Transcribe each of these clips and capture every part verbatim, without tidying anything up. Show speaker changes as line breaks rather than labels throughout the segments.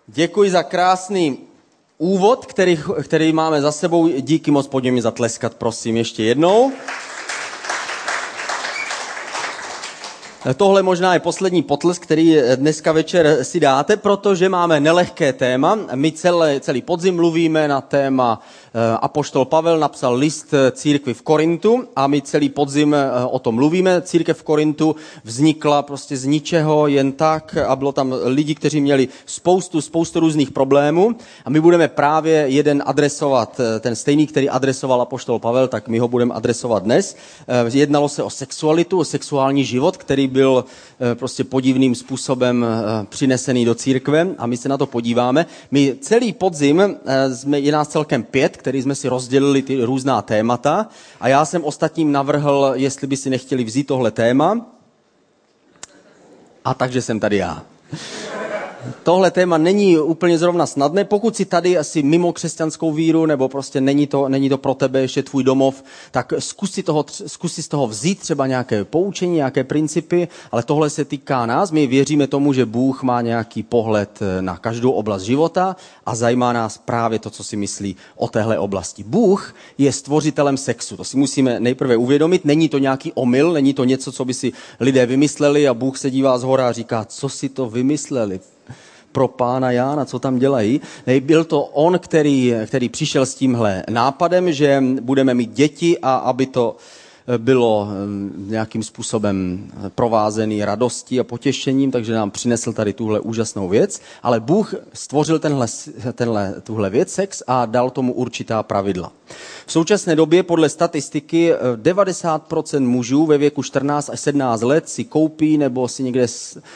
Děkuji za krásný úvod, který, který máme za sebou. Díky moc, pojďme mi zatleskat, prosím, ještě jednou. Tohle možná je poslední potlesk, který dneska večer si dáte, protože máme nelehké téma. My celé, celý podzim mluvíme na téma apoštol Pavel napsal list církvi v Korintu a my celý podzim o tom mluvíme. Církev v Korintu vznikla prostě z ničeho jen tak a bylo tam lidi, kteří měli spoustu, spoustu různých problémů a my budeme právě jeden adresovat, ten stejný, který adresoval apoštol Pavel, tak my ho budeme adresovat dnes. Jednalo se o sexualitu, o sexuální život, který byl prostě podivným způsobem přinesený do církve a my se na to podíváme. My celý podzim, jsme, je nás celkem pět, který jsme si rozdělili ty různá témata a já jsem ostatním navrhl, jestli by si nechtěli vzít tohle téma. A takže jsem tady já. Tohle téma není úplně zrovna snadné, pokud si tady asi mimo křesťanskou víru, nebo prostě není to, není to pro tebe ještě tvůj domov, tak zkus si, toho, zkus si z toho vzít třeba nějaké poučení, nějaké principy, ale tohle se týká nás. My věříme tomu, že Bůh má nějaký pohled na každou oblast života a zajímá nás právě to, co si myslí o téhle oblasti. Bůh je stvořitelem sexu, to si musíme nejprve uvědomit, není to nějaký omyl, není to něco, co by si lidé vymysleli a Bůh se dívá zhora a říká, co si to vymysleli pro pána Jána, co tam dělají. Byl to on, který, který přišel s tímhle nápadem, že budeme mít děti a aby to bylo nějakým způsobem provázený radostí a potěšením, takže nám přinesl tady tuhle úžasnou věc. Ale Bůh stvořil tenhle, tenhle, tuhle věc, sex, a dal tomu určitá pravidla. V současné době podle statistiky devadesát procent mužů ve věku čtrnáct až sedmnáct let si koupí nebo si někde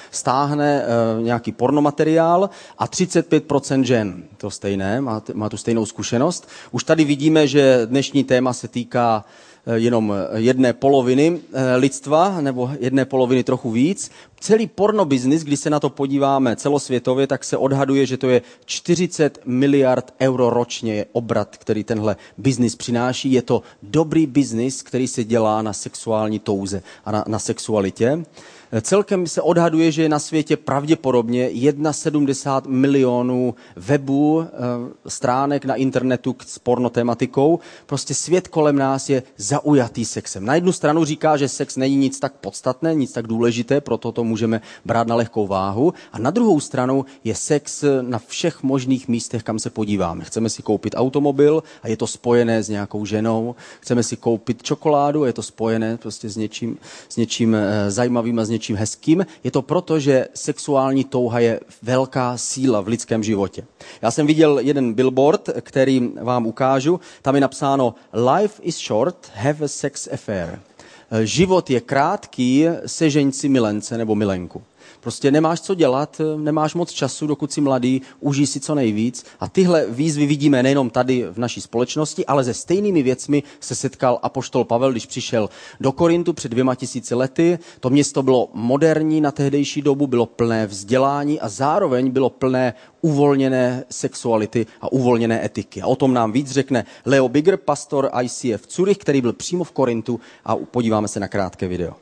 stáhne nějaký pornomateriál a třicet pět procent žen. To stejné, má, má tu stejnou zkušenost. Už tady vidíme, že dnešní téma se týká jenom jedné poloviny lidstva, nebo jedné poloviny trochu víc. Celý pornobiznis, když se na to podíváme celosvětově, tak se odhaduje, že to je čtyřicet miliard euro ročně je obrat, který tenhle biznis přináší. Je to dobrý biznis, který se dělá na sexuální touze a na, na sexualitě. Celkem se odhaduje, že je na světě pravděpodobně sedmdesát jedna milionů webů, stránek na internetu s pornotematikou. Prostě svět kolem nás je zaujatý sexem. Na jednu stranu říká, že sex není nic tak podstatné, nic tak důležité, proto to můžeme brát na lehkou váhu. A na druhou stranu je sex na všech možných místech, kam se podíváme. Chceme si koupit automobil a je to spojené s nějakou ženou. Chceme si koupit čokoládu a je to spojené prostě s něčím, s něčím zajímavým a s něčím čím hezkým, je to proto, že sexuální touha je velká síla v lidském životě. Já jsem viděl jeden billboard, který vám ukážu. Tam je napsáno Life is short, have a sex affair. Život je krátký, sežeň si milence nebo milenku. Prostě nemáš co dělat, nemáš moc času, dokud jsi mladý, užij si co nejvíc. A tyhle výzvy vidíme nejenom tady v naší společnosti, ale se stejnými věcmi se setkal apoštol Pavel, když přišel do Korintu před dvěma tisíci lety. To město bylo moderní na tehdejší dobu, bylo plné vzdělání a zároveň bylo plné uvolněné sexuality a uvolněné etiky. A o tom nám víc řekne Leo Bigger, pastor I C F Zurich, který byl přímo v Korintu, a podíváme se na krátké video.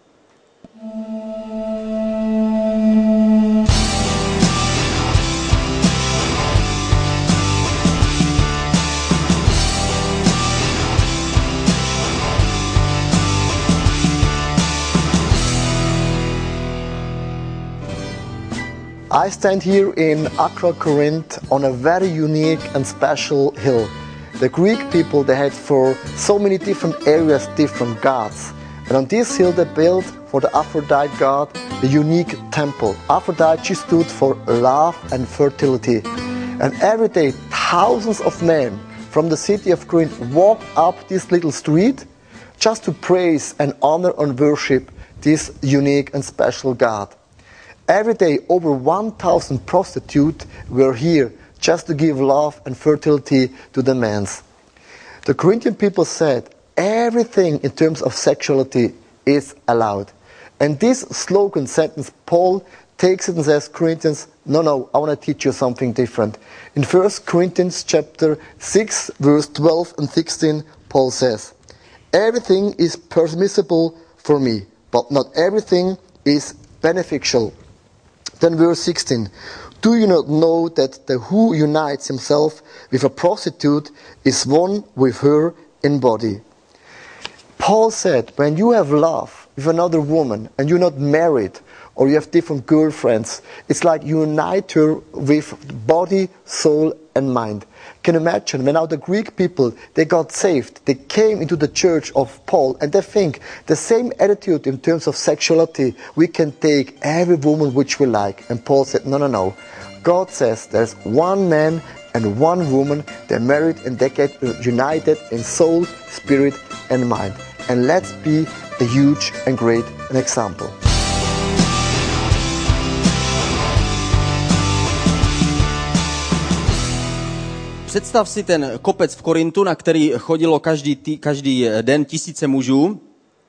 I stand here in Accra, Corinth, on a very unique and special hill. The Greek people, they had for so many different areas different gods. And on this hill they built for the Aphrodite god the unique temple. Aphrodite, she stood for love and fertility. And every day thousands of men from the city of Corinth walked up this little street just to praise and honor and worship this unique and special god. Every day, over one thousand prostitutes were here just to give love and fertility to the men. The Corinthian people said everything in terms of sexuality is allowed. And this slogan sentence, Paul takes it and says, Corinthians, no, no, I want to teach you something different. In First Corinthians chapter six, verse twelve and sixteen, Paul says, everything is permissible for me, but not everything is beneficial. Then verse sixteen, Do you not know that the who unites himself with a prostitute is one with her in body? Paul said, when you have love with another woman and you're not married or you have different girlfriends, it's like you unite her with body, soul and mind. Can you imagine when now the Greek people, they got saved, they came into the church of Paul and they think the same attitude in terms of sexuality, we can take every woman which we like. And Paul said, no, no, no. God says there's one man and one woman, they're married and they get united in soul, spirit and mind. And let's be a huge and great an example.
Představ si ten kopec v Korintu, na který chodilo každý, tý, každý den tisíce mužů,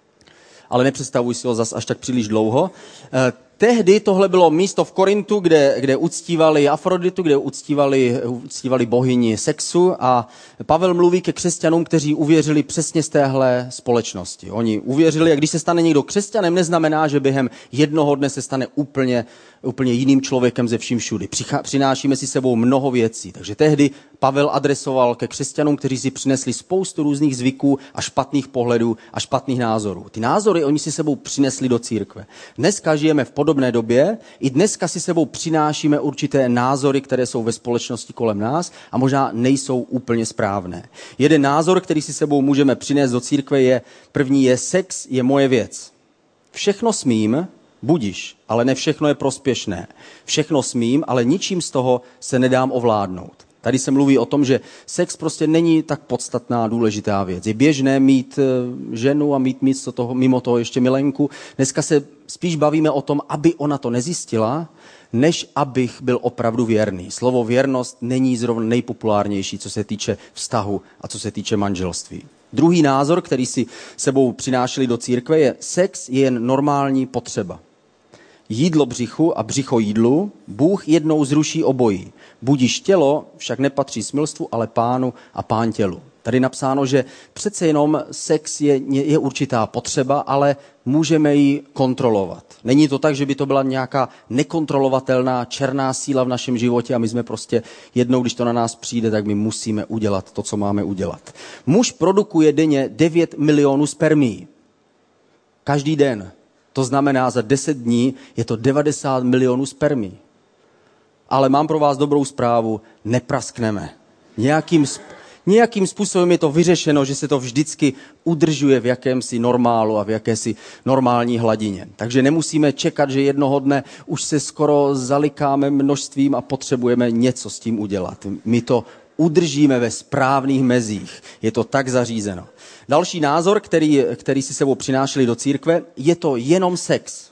ale nepředstavuj si ho zas až tak příliš dlouho. Eh, tehdy tohle bylo místo v Korintu, kde, kde uctívali Afroditu, kde uctívali, uctívali bohyni sexu a Pavel mluví ke křesťanům, kteří uvěřili přesně z téhle společnosti. Oni uvěřili, a když se stane někdo křesťanem, neznamená, že během jednoho dne se stane úplně, úplně jiným člověkem ze vším všudy. Přichá, přinášíme si sebou mnoho věcí. Takže tehdy Pavel adresoval ke křesťanům, kteří si přinesli spoustu různých zvyků a špatných pohledů a špatných názorů. Ty názory oni si sebou přinesli do církve. Dneska žijeme v podobné době, i dneska si sebou přinášíme určité názory, které jsou ve společnosti kolem nás a možná nejsou úplně správné. Jeden názor, který si sebou můžeme přinést do církve, je první je sex je moje věc. Všechno smím, budiš, ale ne všechno je prospěšné. Všechno smím, ale ničím z toho se nedám ovládnout. Tady se mluví o tom, že sex prostě není tak podstatná důležitá věc. Je běžné mít ženu a mít místo toho, mimo toho ještě milenku. Dneska se spíš bavíme o tom, aby ona to nezjistila, než abych byl opravdu věrný. Slovo věrnost není zrovna nejpopulárnější, co se týče vztahu a co se týče manželství. Druhý názor, který si sebou přinášeli do církve, je sex je jen normální potřeba. Jídlo břichu a břicho jídlu, Bůh jednou zruší obojí. Budiš tělo, však nepatří smilstvu, ale pánu a pán tělu. Tady napsáno, že přece jenom sex je, je určitá potřeba, ale můžeme ji kontrolovat. Není to tak, že by to byla nějaká nekontrolovatelná černá síla v našem životě a my jsme prostě jednou, když to na nás přijde, tak my musíme udělat to, co máme udělat. Muž produkuje denně devět milionů spermií. Každý den. To znamená, za deset dní je to devadesát milionů spermií. Ale mám pro vás dobrou zprávu, nepraskneme. Nějakým, nějakým způsobem je to vyřešeno, že se to vždycky udržuje v jakémsi normálu a v jakési normální hladině. Takže nemusíme čekat, že jednoho dne už se skoro zalikáme množstvím a potřebujeme něco s tím udělat. My to udržíme ve správných mezích. Je to tak zařízeno. Další názor, který, který si sebou přinášeli do církve, je to jenom sex.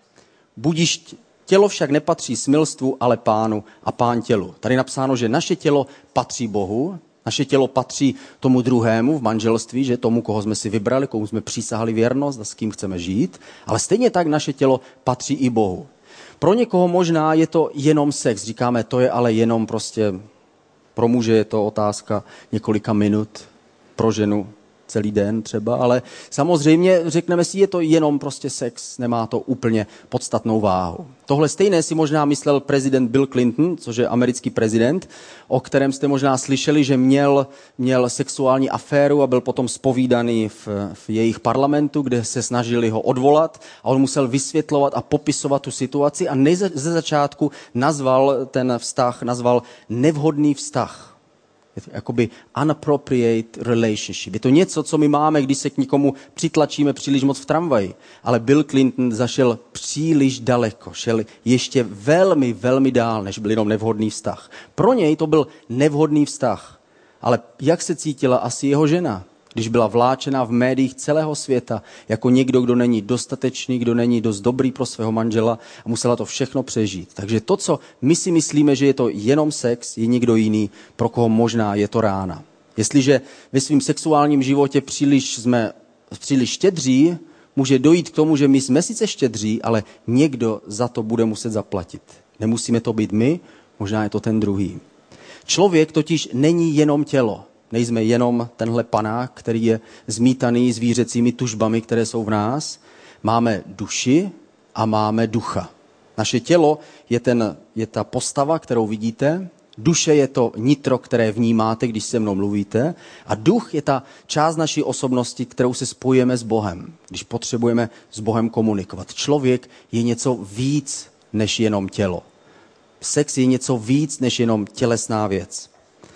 Budiš tělo však nepatří smilstvu, ale pánu a pán tělu. Tady napsáno, že naše tělo patří Bohu, naše tělo patří tomu druhému v manželství, že tomu, koho jsme si vybrali, komu jsme přísahali věrnost a s kým chceme žít, ale stejně tak naše tělo patří i Bohu. Pro někoho možná je to jenom sex, říkáme, to je ale jenom prostě, pro muže je to otázka několika minut, pro ženu celý den třeba, ale samozřejmě řekneme si, je to jenom prostě sex, nemá to úplně podstatnou váhu. Tohle stejné si možná myslel prezident Bill Clinton, což je americký prezident, o kterém jste možná slyšeli, že měl, měl sexuální aféru a byl potom zpovídaný v, v jejich parlamentu, kde se snažili ho odvolat a on musel vysvětlovat a popisovat tu situaci a nej, ze začátku nazval ten vztah, nazval nevhodný vztah. Je to jakoby unappropriate relationship. Je to něco, co my máme, když se k někomu přitlačíme příliš moc v tramvaji. Ale Bill Clinton zašel příliš daleko. Šel ještě velmi, velmi dál, než byl jenom nevhodný vztah. Pro něj to byl nevhodný vztah. Ale jak se cítila asi jeho žena, když byla vláčena v médiích celého světa jako někdo, kdo není dostatečný, kdo není dost dobrý pro svého manžela a musela to všechno přežít. Takže to, co my si myslíme, že je to jenom sex, je někdo jiný, pro koho možná je to rána. Jestliže ve svém sexuálním životě příliš jsme příliš štědří, může dojít k tomu, že my jsme sice štědří, ale někdo za to bude muset zaplatit. Nemusíme to být my, možná je to ten druhý. Člověk totiž není jenom tělo. Nejsme jenom tenhle panák, který je zmítaný zvířecími tužbami, které jsou v nás. Máme duši a máme ducha. Naše tělo je, ten, je ta postava, kterou vidíte, duše je to nitro, které vnímáte, když se mnou mluvíte, a duch je ta část naší osobnosti, kterou se spojujeme s Bohem, když potřebujeme s Bohem komunikovat. Člověk je něco víc než jenom tělo. Sex je něco víc než jenom tělesná věc.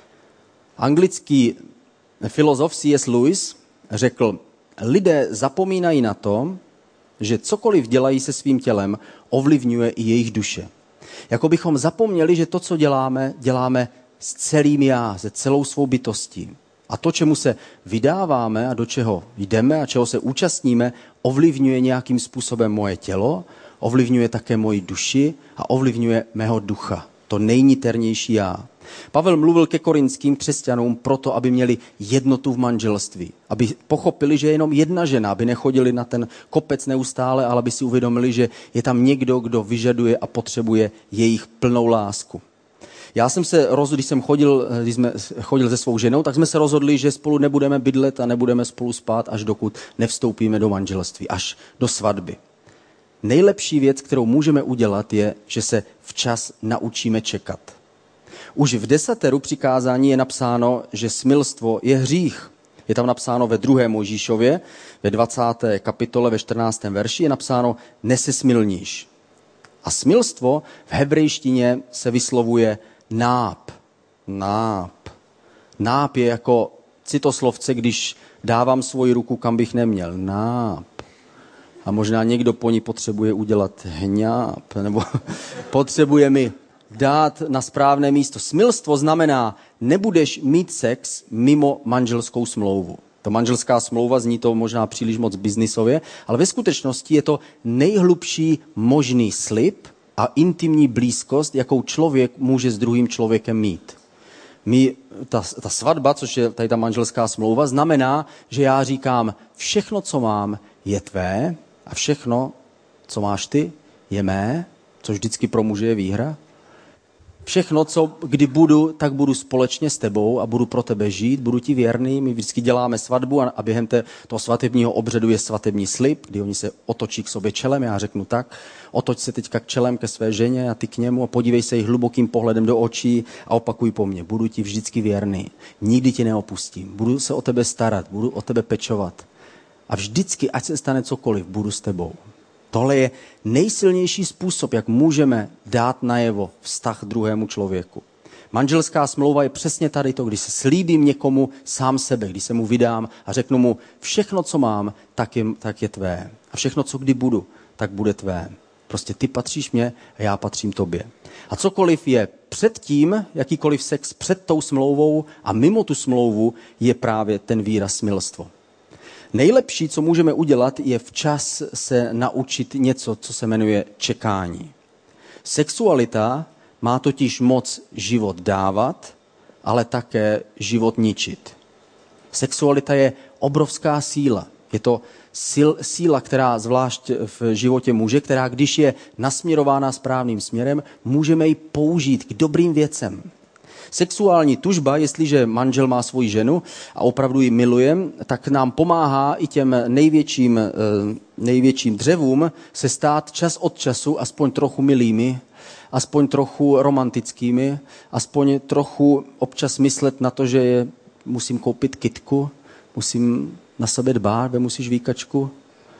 Anglický filozof C S Lewis řekl, lidé zapomínají na to, že cokoliv dělají se svým tělem, ovlivňuje i jejich duše. Jako bychom zapomněli, že to, co děláme, děláme s celým já, se celou svou bytostí. A to, čemu se vydáváme a do čeho jdeme a čeho se účastníme, ovlivňuje nějakým způsobem moje tělo, ovlivňuje také moji duši a ovlivňuje mého ducha, to nejniternější já. Pavel mluvil ke korinským křesťanům proto, aby měli jednotu v manželství. Aby pochopili, že je jenom jedna žena, aby nechodili na ten kopec neustále, ale aby si uvědomili, že je tam někdo, kdo vyžaduje a potřebuje jejich plnou lásku. Já jsem se rozhodl, když jsem chodil, když jsme chodil se svou ženou, tak jsme se rozhodli, že spolu nebudeme bydlet a nebudeme spolu spát, až dokud nevstoupíme do manželství, až do svatby. Nejlepší věc, kterou můžeme udělat, je, že se včas naučíme čekat. Už v desateru přikázání je napsáno, že smilstvo je hřích. Je tam napsáno ve druhé Mojžíšově, ve dvacáté kapitole, ve čtrnáctém verši, je napsáno nesesmilníš. A smilstvo v hebrejštině se vyslovuje náp. Náp. Náp je jako citoslovce, když dávám svoji ruku, kam bych neměl. Náp. A možná někdo po ní potřebuje udělat hňáp, nebo potřebuje mi dát na správné místo. Smilstvo znamená, nebudeš mít sex mimo manželskou smlouvu. To manželská smlouva, zní to možná příliš moc biznisově, ale ve skutečnosti je to nejhlubší možný slib a intimní blízkost, jakou člověk může s druhým člověkem mít. My, ta, ta svatba, což je tady ta manželská smlouva, znamená, že já říkám, všechno, co mám, je tvé a všechno, co máš ty, je mé, což vždycky pro muže je výhra. Všechno, co kdy budu, tak budu společně s tebou a budu pro tebe žít, budu ti věrný. My vždycky děláme svatbu a během té, toho svatebního obřadu je svatební slib, kdy oni se otočí k sobě čelem. Já řeknu tak, otoč se teďka k čelem ke své ženě a ty k němu a podívej se jí hlubokým pohledem do očí a opakuj po mně. Budu ti vždycky věrný, nikdy ti neopustím, budu se o tebe starat, budu o tebe pečovat. A vždycky, ať se stane cokoliv, budu s tebou. Tohle je nejsilnější způsob, jak můžeme dát najevo vztah druhému člověku. Manželská smlouva je přesně tady to, když se slíbím někomu sám sebe, když se mu vydám a řeknu mu, všechno, co mám, tak je, tak je tvé. A všechno, co kdy budu, tak bude tvé. Prostě ty patříš mě a já patřím tobě. A cokoliv je předtím, jakýkoliv sex před tou smlouvou a mimo tu smlouvu, je právě ten výraz smilstvo. Nejlepší, co můžeme udělat, je včas se naučit něco, co se jmenuje čekání. Sexualita má totiž moc život dávat, ale také život ničit. Sexualita je obrovská síla. Je to sil, síla, která zvlášť v životě muže, která když je nasměrována správným směrem, můžeme ji použít k dobrým věcem. Sexuální tužba, jestliže manžel má svoji ženu a opravdu ji miluje, tak nám pomáhá i těm největším, největším dřevům se stát čas od času aspoň trochu milými, aspoň trochu romantickými, aspoň trochu občas myslet na to, že je, musím koupit kytku, musím na sebe dbát, musíš výkačku.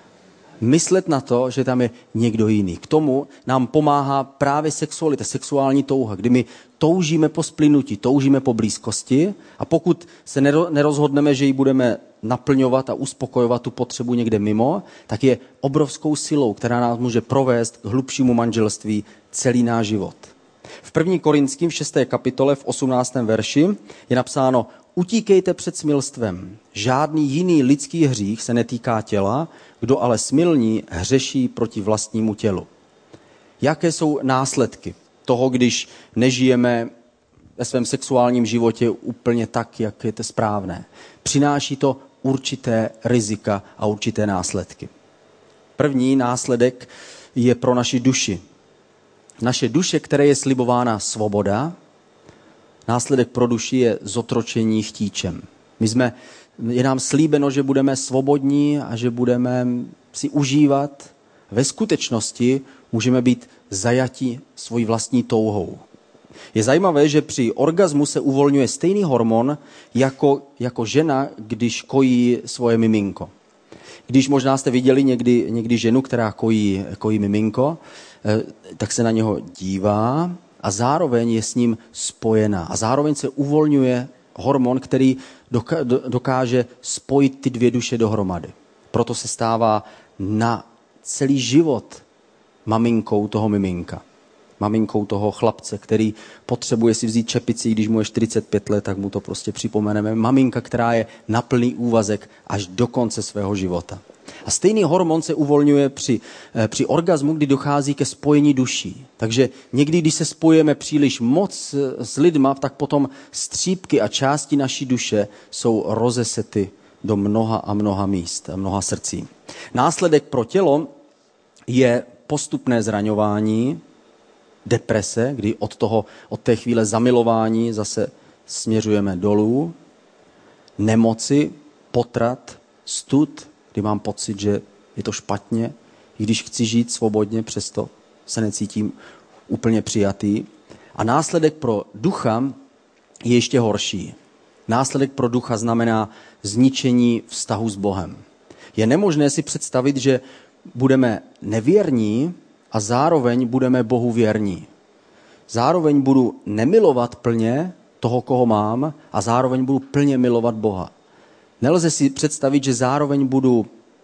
Myslet na to, že tam je někdo jiný. K tomu nám pomáhá právě sexualita, sexuální touha, kdy my toužíme po splynutí, toužíme po blízkosti a pokud se nerozhodneme, že ji budeme naplňovat a uspokojovat tu potřebu někde mimo, tak je obrovskou silou, která nás může provést k hlubšímu manželství celý náš život. V první Korinským v šesté kapitole v osmnáctém verši je napsáno: utíkejte před smilstvem. Žádný jiný lidský hřích se netýká těla, kdo ale smilní, hřeší proti vlastnímu tělu. Jaké jsou následky toho, když nežijeme ve svém sexuálním životě úplně tak, jak je to správné? Přináší to určité rizika a určité následky. První následek je pro naši duši. Naše duše, které je slibována svoboda, následek pro duši je zotročení chtíčem. My jsme, je nám slíbeno, že budeme svobodní a že budeme si užívat. Ve skutečnosti Můžeme být zajati svojí vlastní touhou. Je zajímavé, že při orgazmu se uvolňuje stejný hormon jako, jako žena, když kojí svoje miminko. Když možná jste viděli někdy, někdy ženu, která kojí, kojí miminko, tak se na něho dívá a zároveň je s ním spojená. A zároveň se uvolňuje hormon, který dokáže spojit ty dvě duše dohromady. Proto se stává na celý život maminkou toho miminka. Maminkou toho chlapce, který potřebuje si vzít čepici, když mu je čtyřicet pět let, tak mu to prostě připomeneme. Maminka, která je na plný úvazek až do konce svého života. A stejný hormon se uvolňuje při, při orgazmu, kdy dochází ke spojení duší. Takže někdy, když se spojujeme příliš moc s lidma, tak potom střípky a části naší duše jsou rozesety do mnoha a mnoha míst, a mnoha srdcí. Následek pro tělo je postupné zraňování, deprese, kdy od, toho, od té chvíle zamilování zase směřujeme dolů, nemoci, potrat, stud, kdy mám pocit, že je to špatně, i když chci žít svobodně, přesto se necítím úplně přijatý. A následek pro ducha je ještě horší. Následek pro ducha znamená zničení vztahu s Bohem. Je nemožné si představit, že budeme nevěrní a zároveň budeme Bohu věrní. Zároveň budu nemilovat plně toho, koho mám, a zároveň budu plně milovat Boha. Nelze si představit, že zároveň budu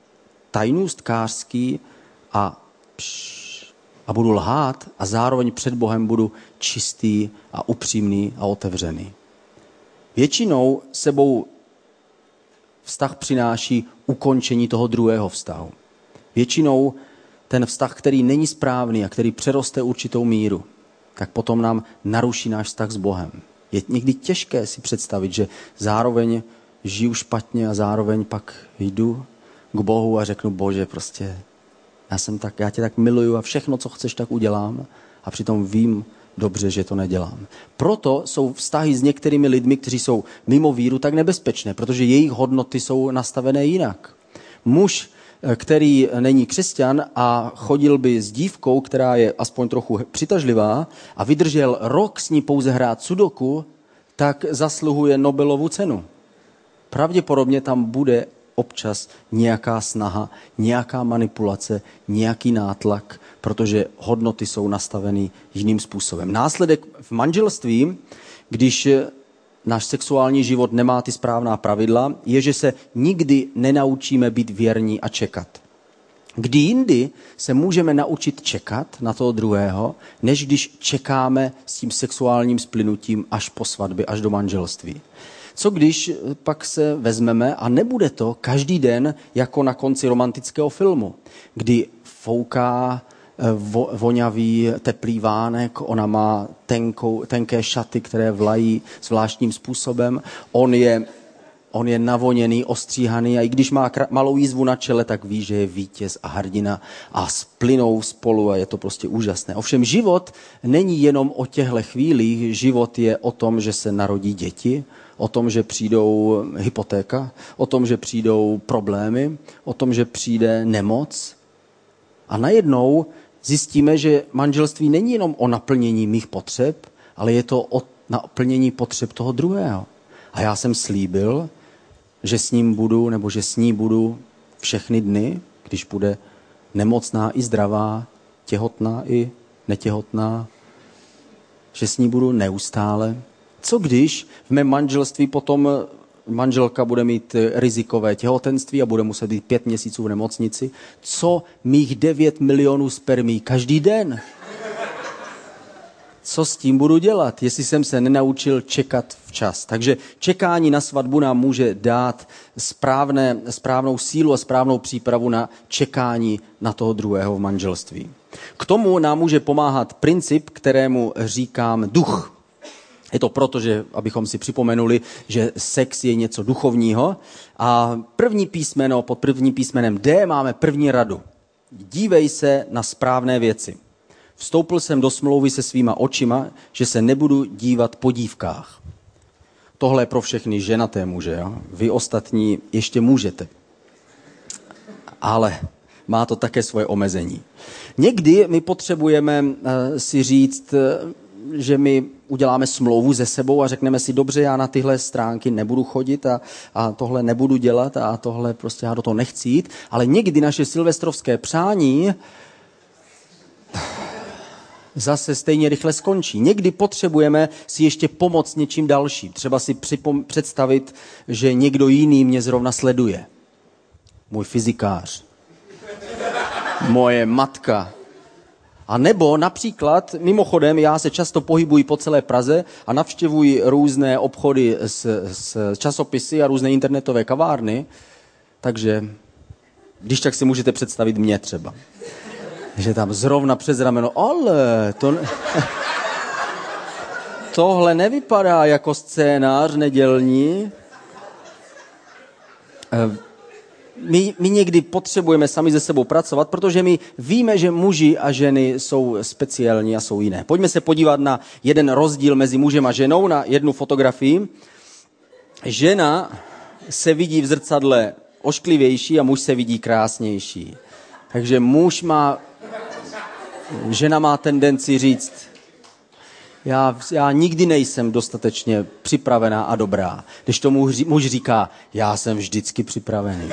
tajnůstkářský a, pš, a budu lhát a zároveň před Bohem budu čistý a upřímný a otevřený. Většinou sebou vztah přináší ukončení toho druhého vztahu. Většinou ten vztah, který není správný a který přeroste určitou míru, tak potom nám naruší náš vztah s Bohem. Je někdy těžké si představit, že zároveň žiju špatně a zároveň pak jdu k Bohu a řeknu: Bože, prostě já jsem tak, já tě tak miluju a všechno, co chceš, tak udělám, a přitom vím dobře, že to nedělám. Proto jsou vztahy s některými lidmi, kteří jsou mimo víru, tak nebezpečné, protože jejich hodnoty jsou nastavené jinak. Muž, který není křesťan a chodil by s dívkou, která je aspoň trochu přitažlivá, a vydržel rok s ní pouze hrát sudoku, tak zasluhuje Nobelovu cenu. Pravděpodobně tam bude občas nějaká snaha, nějaká manipulace, nějaký nátlak, protože hodnoty jsou nastaveny jiným způsobem. Následek v manželství, když náš sexuální život nemá ty správná pravidla, je, že se nikdy nenaučíme být věrní a čekat. Kdy jindy se můžeme naučit čekat na toho druhého, než když čekáme s tím sexuálním splynutím až po svatbě, až do manželství. Co když pak se vezmeme a nebude to každý den jako na konci romantického filmu, kdy fouká vo, voňavý teplý vánek, ona má tenkou, tenké šaty, které vlají zvláštním způsobem, on je, on je navoněný, ostříhaný, a i když má malou jízvu na čele, tak ví, že je vítěz a hrdina a splynou spolu a je to prostě úžasné. Ovšem život není jenom o těchto chvílích, život je o tom, že se narodí děti, o tom, že přijdou hypotéka, o tom, že přijdou problémy, o tom, že přijde nemoc. A najednou zjistíme, že manželství není jenom o naplnění mých potřeb, ale je to o naplnění potřeb toho druhého. A já jsem slíbil, že s ním budu, nebo že s ní budu všechny dny, když bude nemocná i zdravá, těhotná i netěhotná, že s ní budu neustále. Co když v mém manželství potom manželka bude mít rizikové těhotenství a bude muset být pět měsíců v nemocnici? Co mých devět milionů spermí každý den? Co s tím budu dělat, jestli jsem se nenaučil čekat včas? Takže čekání na svatbu nám může dát správné, správnou sílu a správnou přípravu na čekání na toho druhého v manželství. K tomu nám může pomáhat princip, kterému říkám duch. Je to proto, že, abychom si připomenuli, že sex je něco duchovního. A první písmeno, pod prvním písmenem D máme první radu. Dívej se na správné věci. Vstoupil jsem do smlouvy se svýma očima, že se nebudu dívat po dívkách. Tohle je pro všechny ženaté muže. Jo? Vy ostatní ještě můžete. Ale má to také svoje omezení. Někdy my potřebujeme si říct, že my uděláme smlouvu se sebou a řekneme si, dobře, já na tyhle stránky nebudu chodit a, a tohle nebudu dělat a tohle prostě já do toho nechci jít, ale někdy naše silvestrovské přání zase stejně rychle skončí. Někdy potřebujeme si ještě pomoct něčím dalším. Třeba si připom- představit, že někdo jiný mě zrovna sleduje. Můj fyzikář. Moje matka. A nebo například, mimochodem, já se často pohybuji po celé Praze a navštěvuji různé obchody s, s časopisy a různé internetové kavárny, takže když tak si můžete představit mě třeba. Že tam zrovna přes rameno, ale to ne... tohle nevypadá jako scénář nedělní. My, my někdy potřebujeme sami se sebou pracovat, protože my víme, že muži a ženy jsou speciální a jsou jiné. Pojďme se podívat na jeden rozdíl mezi mužem a ženou, na jednu fotografii. Žena se vidí v zrcadle ošklivější a muž se vidí krásnější. Takže muž má, žena má tendenci říct, já, já nikdy nejsem dostatečně připravená a dobrá. Když to muž, muž říká, já jsem vždycky připravený.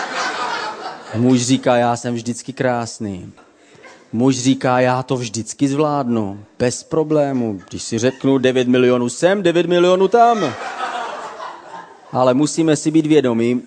Muž říká, já jsem vždycky krásný. Muž říká, já to vždycky zvládnu, bez problému. Když si řeknu devět milionů sem, devět milionů tam. Ale musíme si být vědomí,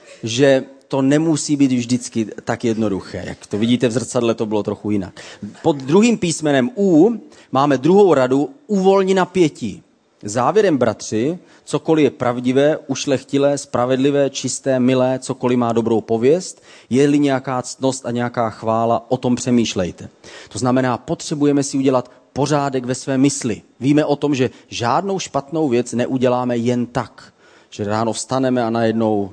že to nemusí být vždycky tak jednoduché. Jak to vidíte v zrcadle, to bylo trochu jinak. Pod druhým písmenem U máme druhou radu, uvolni napětí. Závěrem, bratři, cokoliv je pravdivé, ušlechtilé, spravedlivé, čisté, milé, cokoliv má dobrou pověst, je-li nějaká ctnost a nějaká chvála, o tom přemýšlejte. To znamená, potřebujeme si udělat pořádek ve své mysli. Víme o tom, že žádnou špatnou věc neuděláme jen tak. Že ráno vstaneme a najednou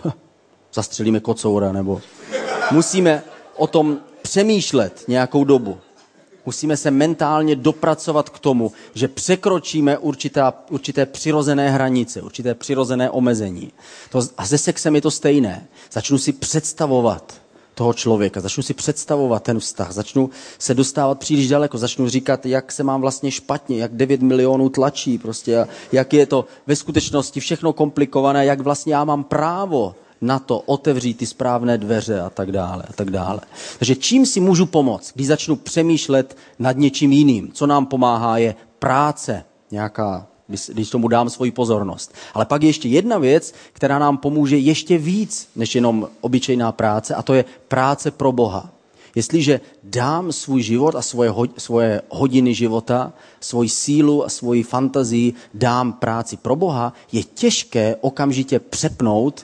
zastřelíme kocoura, nebo musíme o tom přemýšlet nějakou dobu. Musíme se mentálně dopracovat k tomu, že překročíme určitá, určité přirozené hranice, určité přirozené omezení. To, a se sexem je to stejné. Začnu si představovat toho člověka, začnu si představovat ten vztah, začnu se dostávat příliš daleko, začnu říkat, jak se mám vlastně špatně, jak devět milionů tlačí, prostě, jak je to ve skutečnosti všechno komplikované, jak vlastně já mám právo na to otevřít ty správné dveře a tak dále a tak dále. Takže čím si můžu pomoct, když začnu přemýšlet nad něčím jiným? Co nám pomáhá je práce, nějaká, když, když tomu dám svoji pozornost. Ale pak je ještě jedna věc, která nám pomůže ještě víc, než jenom obyčejná práce, a to je práce pro Boha. Jestliže dám svůj život a svoje, ho, svoje hodiny života, svoji sílu a svoji fantazii dám práci pro Boha, je těžké okamžitě přepnout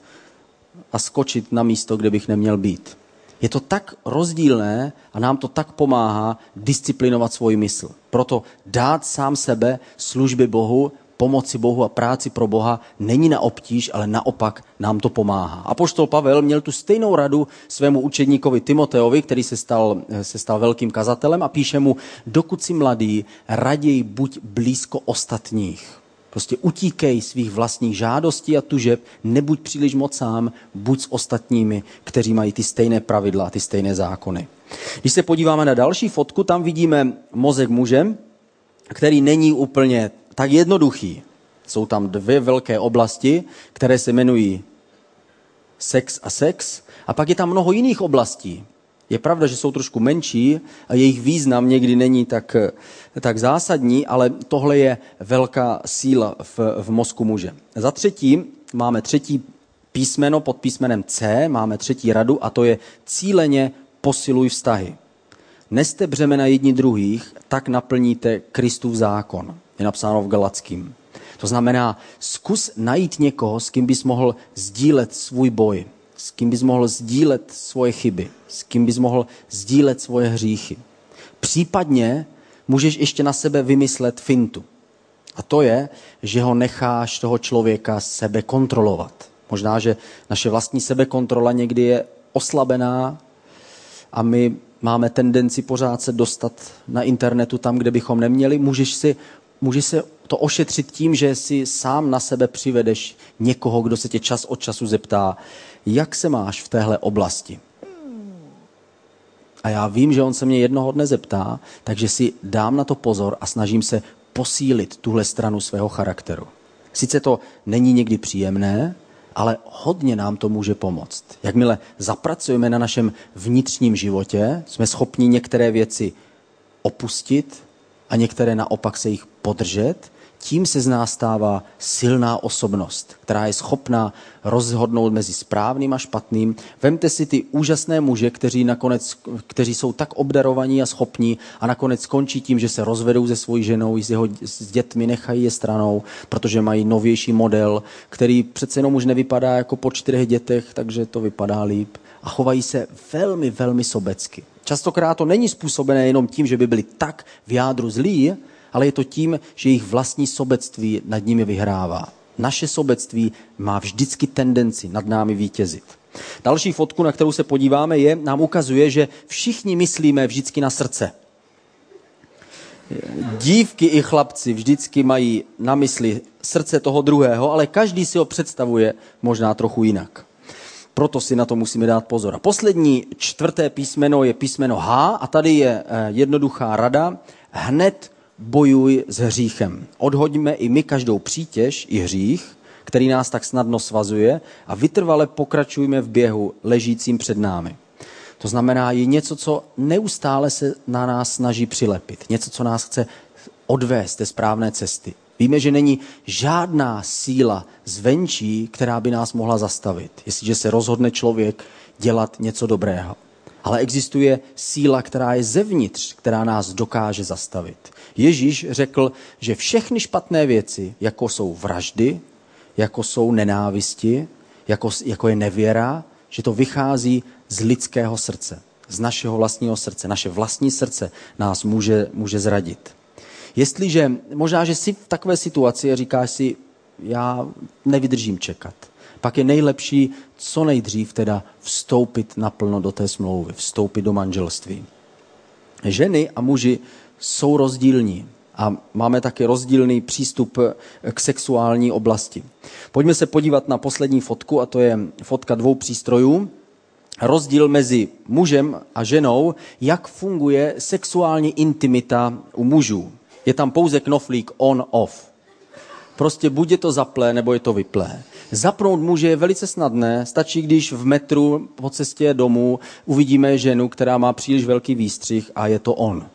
a skočit na místo, kde bych neměl být. Je to tak rozdílné a nám to tak pomáhá disciplinovat svůj mysl. Proto dát sám sebe služby Bohu, pomoci Bohu a práci pro Boha není na obtíž, ale naopak nám to pomáhá. Apoštol Pavel měl tu stejnou radu svému učedníkovi Timoteovi, který se stal, se stal velkým kazatelem, a píše mu, dokud jsi mladý, raději buď blízko ostatních. Prostě utíkej svých vlastních žádostí a tužeb, nebuď příliš moc sám, buď s ostatními, kteří mají ty stejné pravidla a ty stejné zákony. Když se podíváme na další fotku, tam vidíme mozek muže, který není úplně tak jednoduchý. Jsou tam dvě velké oblasti, které se jmenují sex a sex, a pak je tam mnoho jiných oblastí. Je pravda, že jsou trošku menší a jejich význam někdy není tak, tak zásadní, ale tohle je velká síla v, v mozku muže. Za třetí máme třetí písmeno pod písmenem C, máme třetí radu, a to je cíleně posiluj vztahy. Neste břemena jedni druhých, tak naplníte Kristův zákon. Je napsáno v Galatským. To znamená, zkus najít někoho, s kým bys mohl sdílet svůj boj, s kým bys mohl sdílet svoje chyby, s kým bys mohl sdílet svoje hříchy. Případně můžeš ještě na sebe vymyslet fintu. A to je, že ho necháš toho člověka sebe kontrolovat. Možná, že naše vlastní sebekontrola někdy je oslabená a my máme tendenci pořád se dostat na internetu tam, kde bychom neměli. Můžeš si Můžeš se to ošetřit tím, že si sám na sebe přivedeš někoho, kdo se tě čas od času zeptá, jak se máš v téhle oblasti. A já vím, že on se mě jednoho dne zeptá, takže si dám na to pozor a snažím se posílit tuhle stranu svého charakteru. Sice to není někdy příjemné, ale hodně nám to může pomoct. Jakmile zapracujeme na našem vnitřním životě, jsme schopni některé věci opustit a některé naopak se jich podržet, tím se z nás stává silná osobnost, která je schopná rozhodnout mezi správným a špatným. Vemte si ty úžasné muže, kteří, nakonec, kteří jsou tak obdarovaní a schopní a nakonec skončí tím, že se rozvedou se svojí ženou, s, jeho, s dětmi nechají je stranou, protože mají novější model, který přece jenom už nevypadá jako po čtyřech dětech, takže to vypadá líp. A chovají se velmi, velmi sobecky. Častokrát to není způsobené jenom tím, že by byli tak v jádru zlí, ale je to tím, že jejich vlastní sobectví nad nimi vyhrává. Naše sobectví má vždycky tendenci nad námi vítězit. Další fotku, na kterou se podíváme, je, nám ukazuje, že všichni myslíme vždycky na srdce. Dívky i chlapci vždycky mají na mysli srdce toho druhého, ale každý si ho představuje možná trochu jinak. Proto si na to musíme dát pozor. A poslední čtvrté písmeno je písmeno H a tady je jednoduchá rada. Hned bojuj s hříchem. Odhoďme i my každou přítěž i hřích, který nás tak snadno svazuje a vytrvale pokračujme v běhu ležícím před námi. To znamená, je něco, co neustále se na nás snaží přilepit. Něco, co nás chce odvést té správné cesty. Víme, že není žádná síla zvenčí, která by nás mohla zastavit, jestliže se rozhodne člověk dělat něco dobrého. Ale existuje síla, která je zevnitř, která nás dokáže zastavit. Ježíš řekl, že všechny špatné věci, jako jsou vraždy, jako jsou nenávisti, jako, jako je nevěra, že to vychází z lidského srdce, z našeho vlastního srdce. Naše vlastní srdce nás může, může zradit. Jestliže, možná, že jsi v takové situaci a říkáš si, já nevydržím čekat, pak je nejlepší co nejdřív teda vstoupit naplno do té smlouvy, vstoupit do manželství. Ženy a muži jsou rozdílní a máme také rozdílný přístup k sexuální oblasti. Pojďme se podívat na poslední fotku a to je fotka dvou přístrojů. Rozdíl mezi mužem a ženou, jak funguje sexuální intimita u mužů. Je tam pouze knoflík on-off. Prostě buď je to zaplé, nebo je to vyplé. Zapnout muže je velice snadné, stačí, když v metru po cestě domů uvidíme ženu, která má příliš velký výstřih a je to on.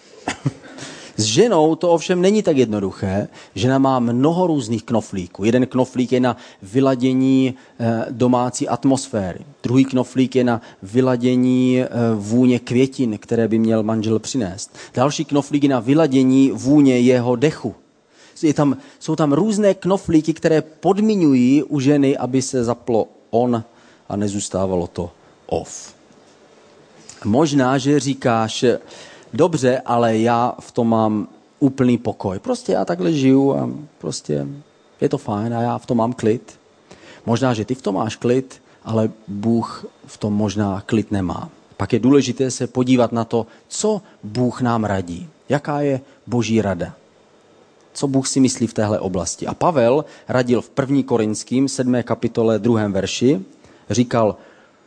S ženou to ovšem není tak jednoduché. Žena má mnoho různých knoflíků. Jeden knoflík je na vyladění domácí atmosféry. Druhý knoflík je na vyladění vůně květin, které by měl manžel přinést. Další knoflík je na vyladění vůně jeho dechu. Je tam, jsou tam různé knoflíky, které podmiňují u ženy, aby se zaplo on a nezůstávalo to off. Možná, že říkáš, dobře, ale já v tom mám úplný pokoj. Prostě já takhle žiju a prostě je to fajn a já v tom mám klid. Možná, že ty v tom máš klid, ale Bůh v tom možná klid nemá. Pak je důležité se podívat na to, co Bůh nám radí. Jaká je Boží rada. Co Bůh si myslí v téhle oblasti. A Pavel radil v první Korinským sedmé kapitole druhém verši. Říkal,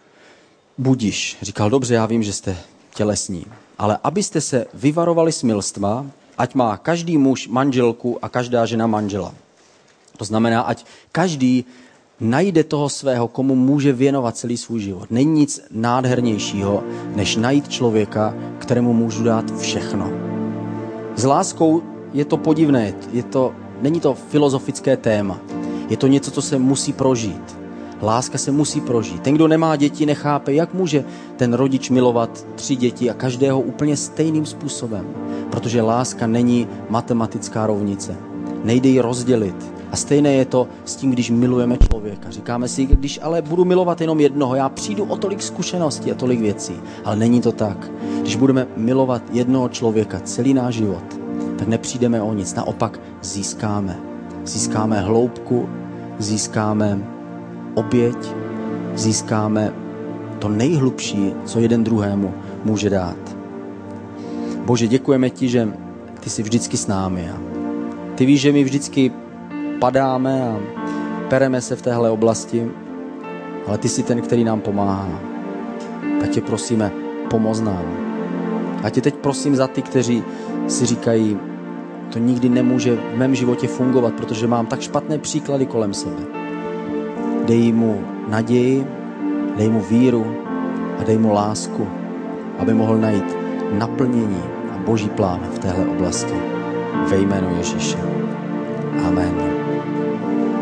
budiš. Říkal, dobře, já vím, že jste tělesní. Ale abyste se vyvarovali smilstva, ať má každý muž manželku a každá žena manžela. To znamená, ať každý najde toho svého, komu může věnovat celý svůj život. Není nic nádhernějšího, než najít člověka, kterému můžu dát všechno. S láskou je to podivné, je to, není to filozofické téma. Je to něco, co se musí prožít. Láska se musí prožít. Ten, kdo nemá děti, nechápe, jak může ten rodič milovat tři děti a každého úplně stejným způsobem. Protože láska není matematická rovnice. Nejde ji rozdělit. A stejné je to s tím, když milujeme člověka. Říkáme si, když ale budu milovat jenom jednoho, já přijdu o tolik zkušeností a tolik věcí. Ale není to tak. Když budeme milovat jednoho člověka celý náš život, tak nepřijdeme o nic. Naopak získáme. Získáme hloubku, získáme oběť, získáme to nejhlubší, co jeden druhému může dát. Bože, děkujeme ti, že ty jsi vždycky s námi. A ty víš, že my vždycky padáme a pereme se v téhle oblasti, ale ty jsi ten, který nám pomáhá. Tak tě prosíme, Pomoz nám. A tě teď prosím za ty, kteří si říkají, to nikdy nemůže v mém životě fungovat, protože mám tak špatné příklady kolem sebe. Dej mu naději, dej mu víru a dej mu lásku, aby mohl najít naplnění a Boží plán v téhle oblasti. Ve jménu Ježíše. Amen.